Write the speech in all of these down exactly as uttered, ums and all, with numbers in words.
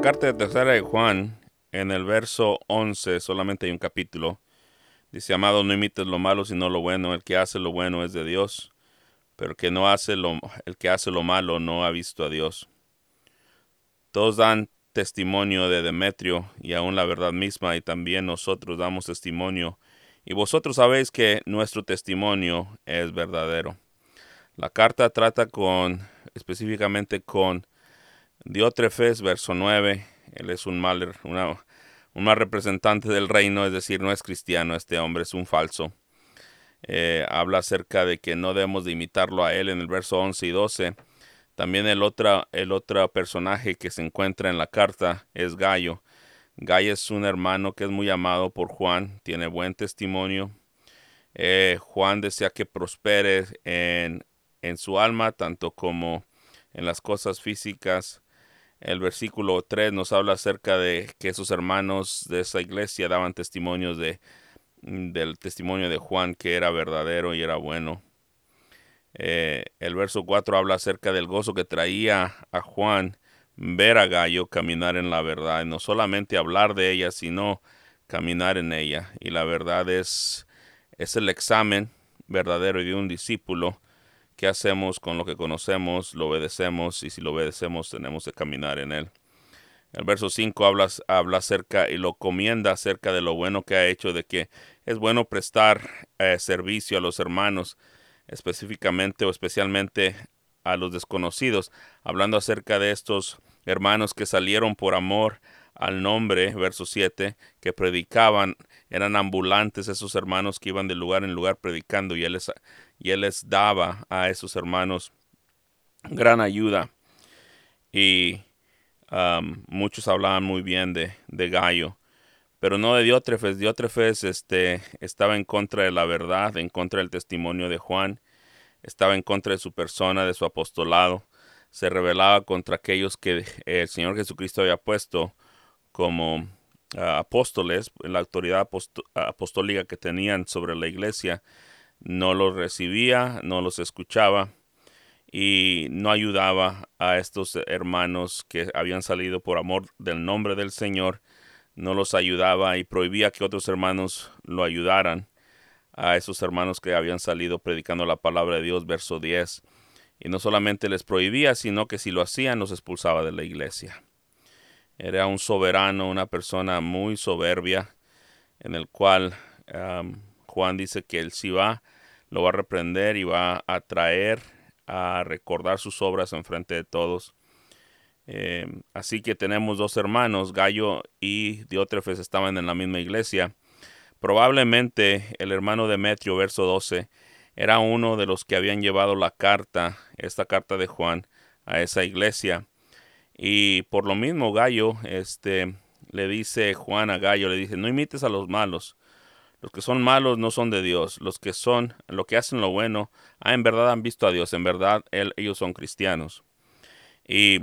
carta de tercera de Juan, en el verso once, solamente hay un capítulo. Dice: amado, no imites lo malo, sino lo bueno. El que hace lo bueno es de Dios, pero el que no hace lo, el que hace lo malo no ha visto a Dios. Todos dan testimonio de Demetrio, y aún la verdad misma, y también nosotros damos testimonio, y vosotros sabéis que nuestro testimonio es verdadero. La carta trata con, específicamente con Diótrefes, verso nueve. Él es un mal, una, un mal representante del reino, es decir, no es cristiano. Este hombre es un falso. Eh, habla acerca de que no debemos de imitarlo a él en el verso once y doce. También el otro, el otro personaje que se encuentra en la carta es Gallo. Gallo es un hermano que es muy amado por Juan, tiene buen testimonio. Eh, Juan desea que prospere en, en su alma, tanto como en las cosas físicas. El versículo tres nos habla acerca de que esos hermanos de esa iglesia daban testimonios de, del testimonio de Juan, que era verdadero y era bueno. Eh, el verso cuatro habla acerca del gozo que traía a Juan ver a Gallo caminar en la verdad, y no solamente hablar de ella, sino caminar en ella. Y la verdad es, es el examen verdadero de un discípulo. ¿Qué hacemos con lo que conocemos? Lo obedecemos, y si lo obedecemos tenemos que caminar en él. El verso cinco habla, habla acerca y lo comienda acerca de lo bueno que ha hecho, de que es bueno prestar eh, servicio a los hermanos, específicamente o especialmente a los desconocidos, hablando acerca de estos hermanos que salieron por amor al nombre, verso siete, que predicaban, eran ambulantes esos hermanos que iban de lugar en lugar predicando, y él les, y él les daba a esos hermanos gran ayuda. Y Um, muchos hablaban muy bien de, de Gallo, pero no de Diótrefes. Diótrefes este, estaba en contra de la verdad, en contra del testimonio de Juan, estaba en contra de su persona, de su apostolado, se rebelaba contra aquellos que el Señor Jesucristo había puesto como uh, apóstoles, la autoridad apost apostólica que tenían sobre la iglesia. No los recibía, no los escuchaba, y no ayudaba a estos hermanos que habían salido por amor del nombre del Señor. No los ayudaba y prohibía que otros hermanos lo ayudaran, a esos hermanos que habían salido predicando la palabra de Dios, verso diez. Y no solamente les prohibía, sino que si lo hacían los expulsaba de la iglesia. Era un soberano, una persona muy soberbia, en el cual um, Juan dice que él sí va, lo va a reprender y va a traer a recordar sus obras en frente de todos. Eh, así que tenemos dos hermanos, Gallo y Diótrefes, estaban en la misma iglesia. Probablemente el hermano Demetrio, verso doce, era uno de los que habían llevado la carta, esta carta de Juan, a esa iglesia. Y por lo mismo Gallo, este, le dice Juan a Gallo, le dice: no imites a los malos. Los que son malos no son de Dios. Los que son, lo que hacen lo bueno, ah, en verdad han visto a Dios. En verdad él, ellos son cristianos. Y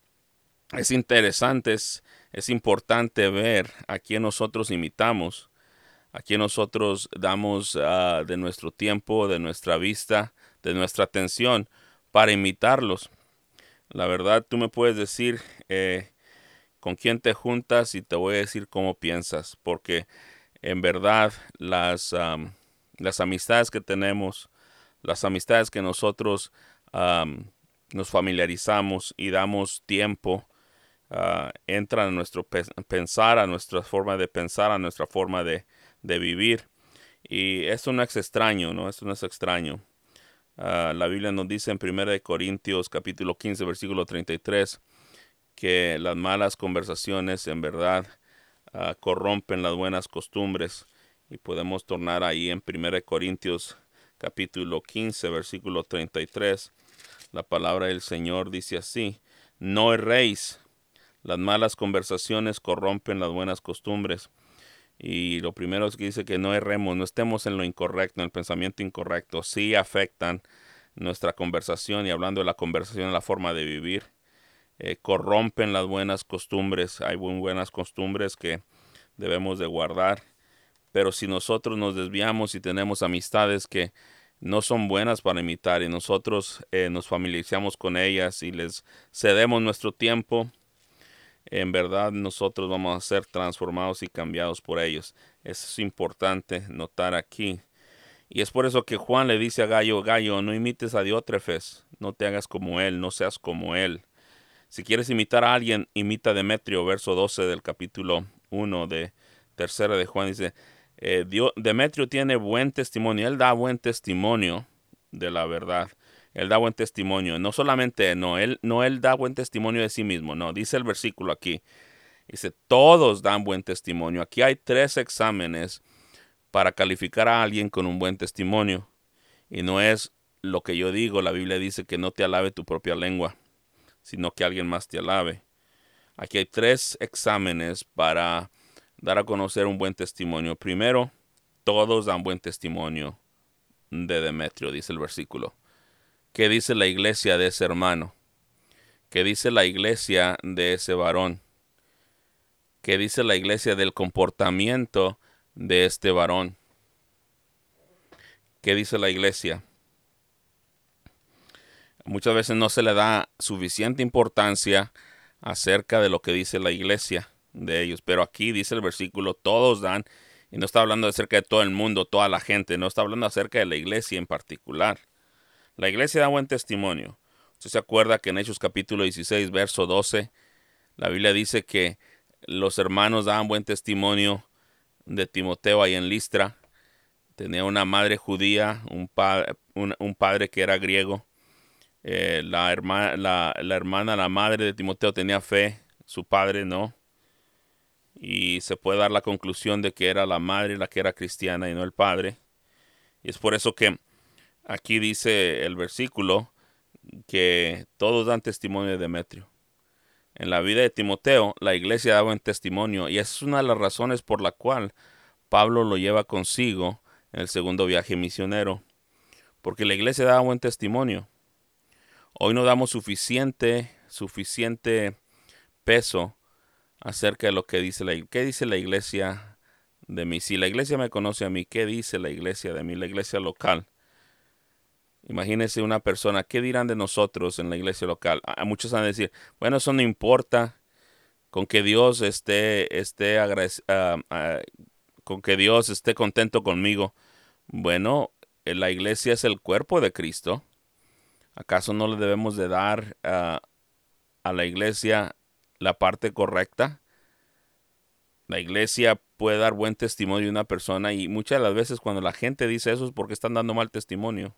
es interesante, es, es importante ver a quién nosotros imitamos, a quién nosotros damos uh, de nuestro tiempo, de nuestra vista, de nuestra atención para imitarlos. La verdad, tú me puedes decir eh, con quién te juntas, y te voy a decir cómo piensas, porque en verdad las, um, las amistades que tenemos, las amistades que nosotros um, nos familiarizamos y damos tiempo, uh, entran a nuestro pe pensar, a nuestra forma de pensar, a nuestra forma de, de vivir. Y esto no es extraño, ¿no? Esto no es extraño. Uh, la Biblia nos dice en primera de Corintios capítulo quince, versículo treinta y tres, que las malas conversaciones en verdad uh, corrompen las buenas costumbres. Y podemos tornar ahí en primera de Corintios capítulo quince, versículo treinta y tres. La palabra del Señor dice así: no erréis, las malas conversaciones corrompen las buenas costumbres. Y lo primero es que dice que no erremos, no estemos en lo incorrecto, en el pensamiento incorrecto. Sí afectan nuestra conversación, y hablando de la conversación, la forma de vivir, eh, corrompen las buenas costumbres. Hay muy buenas costumbres que debemos de guardar, pero si nosotros nos desviamos y tenemos amistades que no son buenas para imitar, y nosotros eh, nos familiarizamos con ellas y les cedemos nuestro tiempo, en verdad nosotros vamos a ser transformados y cambiados por ellos. Eso es importante notar aquí. Y es por eso que Juan le dice a Gallo, Gallo, no imites a Diótrefes, no te hagas como él, no seas como él. Si quieres imitar a alguien, imita a Demetrio, verso doce del capítulo uno de tercera de Juan. Dice, eh, Dio- Demetrio tiene buen testimonio, él da buen testimonio de la verdad. Él da buen testimonio. No solamente, no, él, no él da buen testimonio de sí mismo, no, dice el versículo aquí. Dice, todos dan buen testimonio. Aquí hay tres exámenes para calificar a alguien con un buen testimonio. Y no es lo que yo digo, la Biblia dice que no te alabe tu propia lengua, sino que alguien más te alabe. Aquí hay tres exámenes para dar a conocer un buen testimonio. Primero, todos dan buen testimonio de Demetrio, dice el versículo. ¿Qué dice la iglesia de ese hermano? ¿Qué dice la iglesia de ese varón? ¿Qué dice la iglesia del comportamiento de este varón? ¿Qué dice la iglesia? Muchas veces no se le da suficiente importancia acerca de lo que dice la iglesia de ellos. Pero aquí dice el versículo, todos dan, y no está hablando acerca de todo el mundo, toda la gente, no está hablando acerca de la iglesia en particular. La iglesia da buen testimonio. Usted se acuerda que en Hechos capítulo dieciséis, verso doce, la Biblia dice que los hermanos daban buen testimonio de Timoteo ahí en Listra. Tenía una madre judía, un, pa un, un padre que era griego. Eh, la, herma, la, la hermana, la madre de Timoteo tenía fe, su padre no. Y se puede dar la conclusión de que era la madre la que era cristiana y no el padre. Y es por eso que aquí dice el versículo que todos dan testimonio de Demetrio. En la vida de Timoteo, la iglesia da buen testimonio, y esa es una de las razones por la cual Pablo lo lleva consigo en el segundo viaje misionero, porque la iglesia da buen testimonio. Hoy no damos suficiente, suficiente peso acerca de lo que dice la iglesia. ¿Qué dice la iglesia de mí? Si la iglesia me conoce a mí, ¿qué dice la iglesia de mí? La iglesia local. Imagínese una persona, ¿qué dirán de nosotros en la iglesia local? A muchos van a decir, bueno, eso no importa, con que Dios esté, esté agradec- uh, uh, con que Dios esté contento conmigo. Bueno, eh, la iglesia es el cuerpo de Cristo. ¿Acaso no le debemos de dar uh, a la iglesia la parte correcta? La iglesia puede dar buen testimonio de una persona, y muchas de las veces cuando la gente dice eso es porque están dando mal testimonio.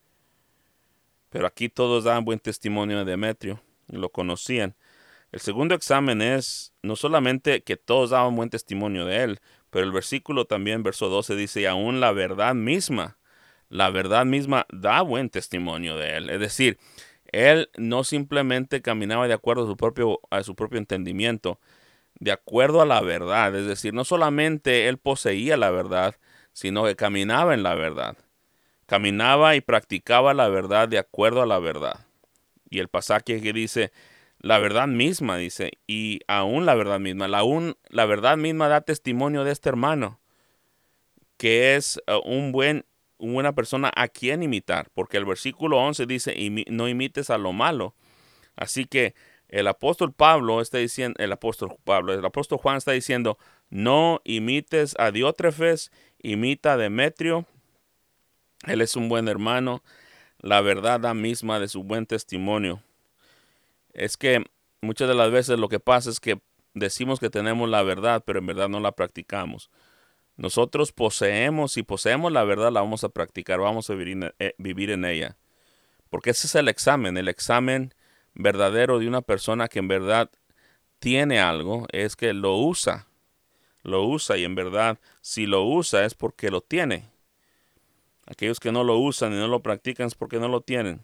Pero aquí todos dan buen testimonio de Demetrio, lo conocían. El segundo examen es no solamente que todos daban buen testimonio de él, pero el versículo también, verso doce, dice, y aún la verdad misma, la verdad misma da buen testimonio de él. Es decir, él no simplemente caminaba de acuerdo a su propio, a su propio entendimiento, de acuerdo a la verdad. Es decir, no solamente él poseía la verdad, sino que caminaba en la verdad. Caminaba y practicaba la verdad de acuerdo a la verdad. Y el pasaje que dice, la verdad misma, dice, y aún la verdad misma, la, un, la verdad misma da testimonio de este hermano, que es uh, un buen, una buena persona a quien imitar, porque el versículo once dice, imi, no imites a lo malo. Así que el apóstol Pablo está diciendo, el apóstol Pablo, el apóstol Juan está diciendo, no imites a Diótrefes, imita a Demetrio, él es un buen hermano, la verdad da misma de su buen testimonio. Es que muchas de las veces lo que pasa es que decimos que tenemos la verdad, pero en verdad no la practicamos. Nosotros poseemos, si poseemos la verdad, la vamos a practicar, vamos a vivir en, eh, vivir en ella. Porque ese es el examen, el examen verdadero de una persona que en verdad tiene algo, es que lo usa, lo usa, y en verdad si lo usa es porque lo tiene. Aquellos que no lo usan y no lo practican es porque no lo tienen.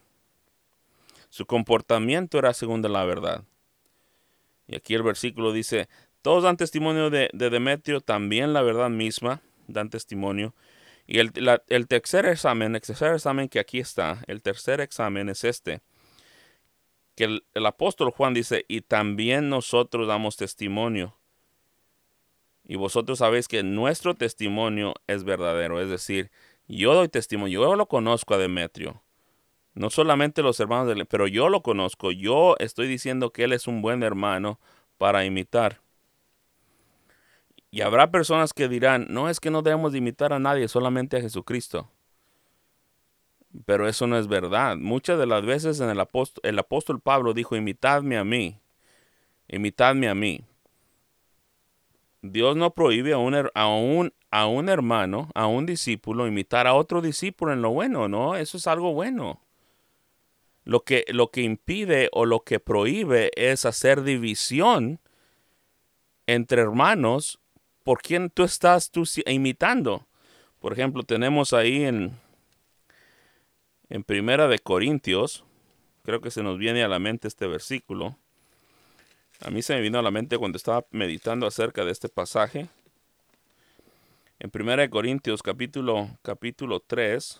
Su comportamiento era según de la verdad. Y aquí el versículo dice, todos dan testimonio de, de Demetrio, también la verdad misma dan testimonio. Y el, la, el tercer examen, el tercer examen que aquí está, el tercer examen es este, que el, el apóstol Juan dice, y también nosotros damos testimonio. Y vosotros sabéis que nuestro testimonio es verdadero, es decir, yo doy testimonio, yo lo conozco a Demetrio. No solamente los hermanos de él, pero yo lo conozco, yo estoy diciendo que él es un buen hermano para imitar. Y habrá personas que dirán, no, es que no debemos de imitar a nadie, solamente a Jesucristo. Pero eso no es verdad. Muchas de las veces en el apóstol, el apóstol Pablo dijo, imitadme a mí, imitadme a mí. Dios no prohíbe a un, a un, a un hermano, a un discípulo, imitar a otro discípulo en lo bueno, ¿no? Eso es algo bueno. Lo que, lo que impide o lo que prohíbe es hacer división entre hermanos por quien tú estás tú imitando. Por ejemplo, tenemos ahí en, en Primera de Corintios, creo que se nos viene a la mente este versículo. A mí se me vino a la mente cuando estaba meditando acerca de este pasaje. En Primera de Corintios, capítulo, capítulo tres,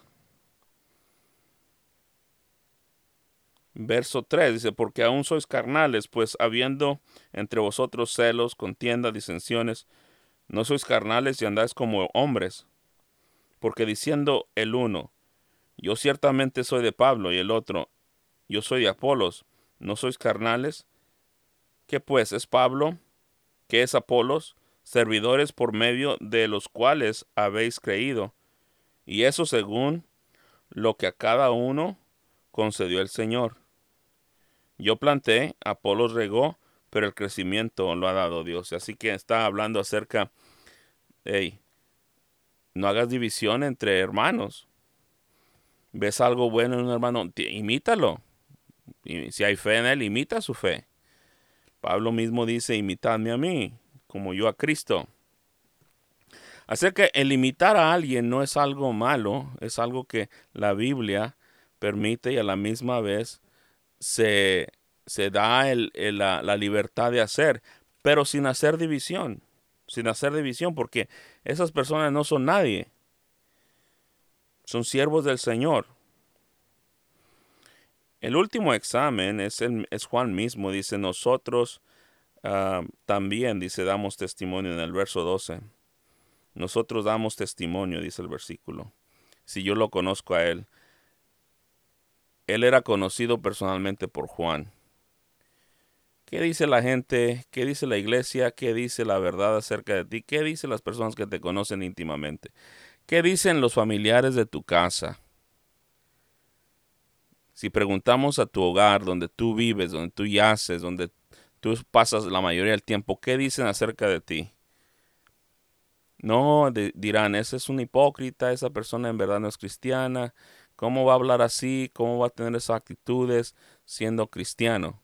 verso tres, dice, porque aún sois carnales, pues habiendo entre vosotros celos, contiendas, disensiones, no sois carnales y andáis como hombres. Porque diciendo el uno, yo ciertamente soy de Pablo, y el otro, yo soy de Apolos, ¿no sois carnales? ¿Qué pues es Pablo? ¿Qué es Apolos? Servidores por medio de los cuales habéis creído, y eso según lo que a cada uno concedió el Señor. Yo planté, Apolos regó, pero el crecimiento lo ha dado Dios. Así que está hablando acerca, hey, no hagas división entre hermanos. ¿Ves algo bueno en un hermano? Imítalo. Y si hay fe en él, imita su fe. Pablo mismo dice, imitadme a mí, como yo a Cristo. Así que el imitar a alguien no es algo malo, es algo que la Biblia permite y a la misma vez se, se da el, el, la, la libertad de hacer, pero sin hacer división, sin hacer división, porque esas personas no son nadie, son siervos del Señor. El último examen es, el, es Juan mismo, dice, nosotros uh, también, dice, damos testimonio en el verso doce. Nosotros damos testimonio, dice el versículo. Si yo lo conozco a él. Él era conocido personalmente por Juan. ¿Qué dice la gente? ¿Qué dice la iglesia? ¿Qué dice la verdad acerca de ti? ¿Qué dicen las personas que te conocen íntimamente? ¿Qué dicen los familiares de tu casa? Si preguntamos a tu hogar, donde tú vives, donde tú yaces, donde tú pasas la mayoría del tiempo, ¿qué dicen acerca de ti? No, de, dirán, ese es un hipócrita, esa persona en verdad no es cristiana. ¿Cómo va a hablar así? ¿Cómo va a tener esas actitudes siendo cristiano?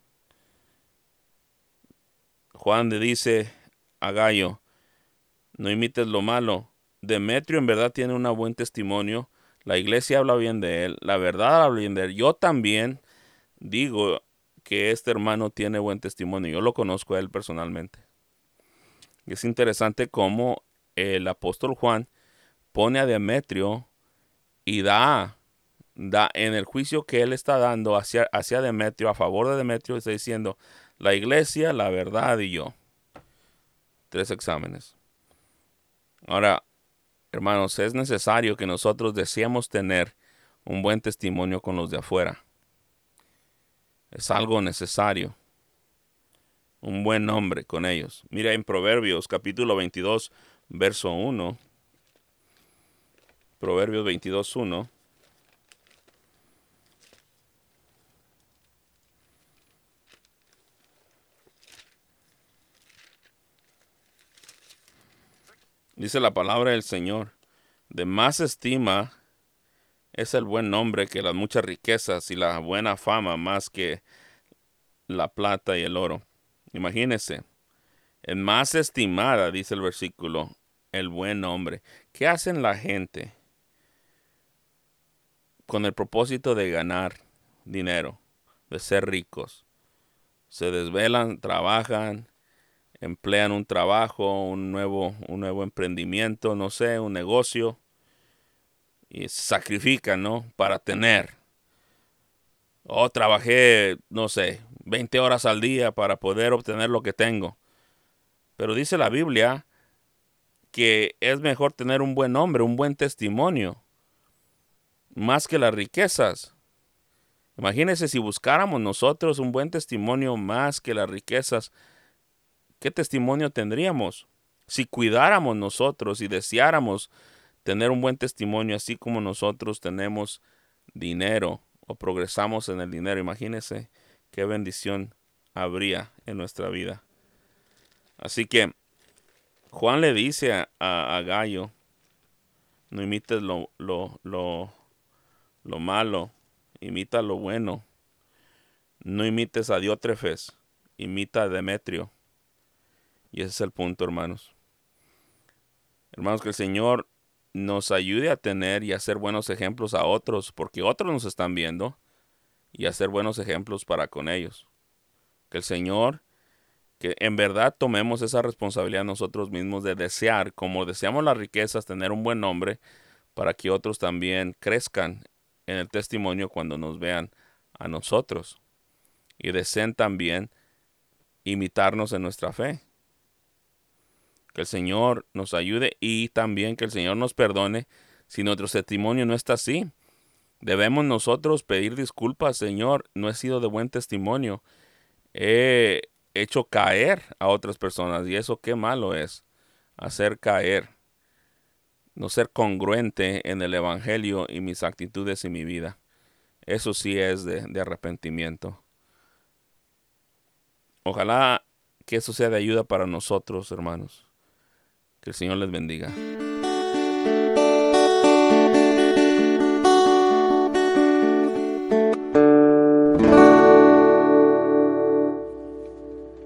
Juan le dice a Gallo, no imites lo malo. Demetrio en verdad tiene un buen testimonio. La iglesia habla bien de él. La verdad habla bien de él. Yo también digo que este hermano tiene buen testimonio. Yo lo conozco a él personalmente. Y es interesante cómo el apóstol Juan pone a Demetrio y da, da en el juicio que él está dando hacia, hacia Demetrio, a favor de Demetrio, está diciendo la iglesia, la verdad y yo. Tres exámenes. Ahora, hermanos, es necesario que nosotros deseemos tener un buen testimonio con los de afuera. Es algo necesario. Un buen nombre con ellos. Mira en Proverbios capítulo veintidós, verso uno. Proverbios veintidós, uno. Dice la palabra del Señor. De más estima es el buen nombre que las muchas riquezas y la buena fama más que la plata y el oro. Imagínese. Es más estimada, dice el versículo, el buen nombre. ¿Qué hacen la gente con el propósito de ganar dinero, de ser ricos? Se desvelan, trabajan, emplean un trabajo, un nuevo, un nuevo emprendimiento, no sé, un negocio, y sacrifican, ¿no? Para tener. O trabajé, no sé, veinte horas al día para poder obtener lo que tengo. Pero dice la Biblia que es mejor tener un buen nombre, un buen testimonio, más que las riquezas. Imagínense si buscáramos nosotros un buen testimonio más que las riquezas, ¿qué testimonio tendríamos? Si cuidáramos nosotros y deseáramos tener un buen testimonio, así como nosotros tenemos dinero o progresamos en el dinero, imagínense qué bendición habría en nuestra vida. Así que Juan le dice a, a, a Gallo, no imites lo, lo, lo, lo malo, imita lo bueno. No imites a Diótrefes, imita a Demetrio. Y ese es el punto, hermanos. Hermanos, que el Señor nos ayude a tener y a ser buenos ejemplos a otros, porque otros nos están viendo, y a ser buenos ejemplos para con ellos. Que el Señor, que en verdad tomemos esa responsabilidad nosotros mismos de desear, como deseamos las riquezas, tener un buen nombre, para que otros también crezcan en el testimonio cuando nos vean a nosotros. Y deseen también imitarnos en nuestra fe. Que el Señor nos ayude y también que el Señor nos perdone si nuestro testimonio no está así. Debemos nosotros pedir disculpas, Señor, no he sido de buen testimonio. He hecho caer a otras personas y eso qué malo es, hacer caer, no ser congruente en el Evangelio y mis actitudes y mi vida. Eso sí es de, de arrepentimiento. Ojalá que eso sea de ayuda para nosotros, hermanos. Que el Señor les bendiga.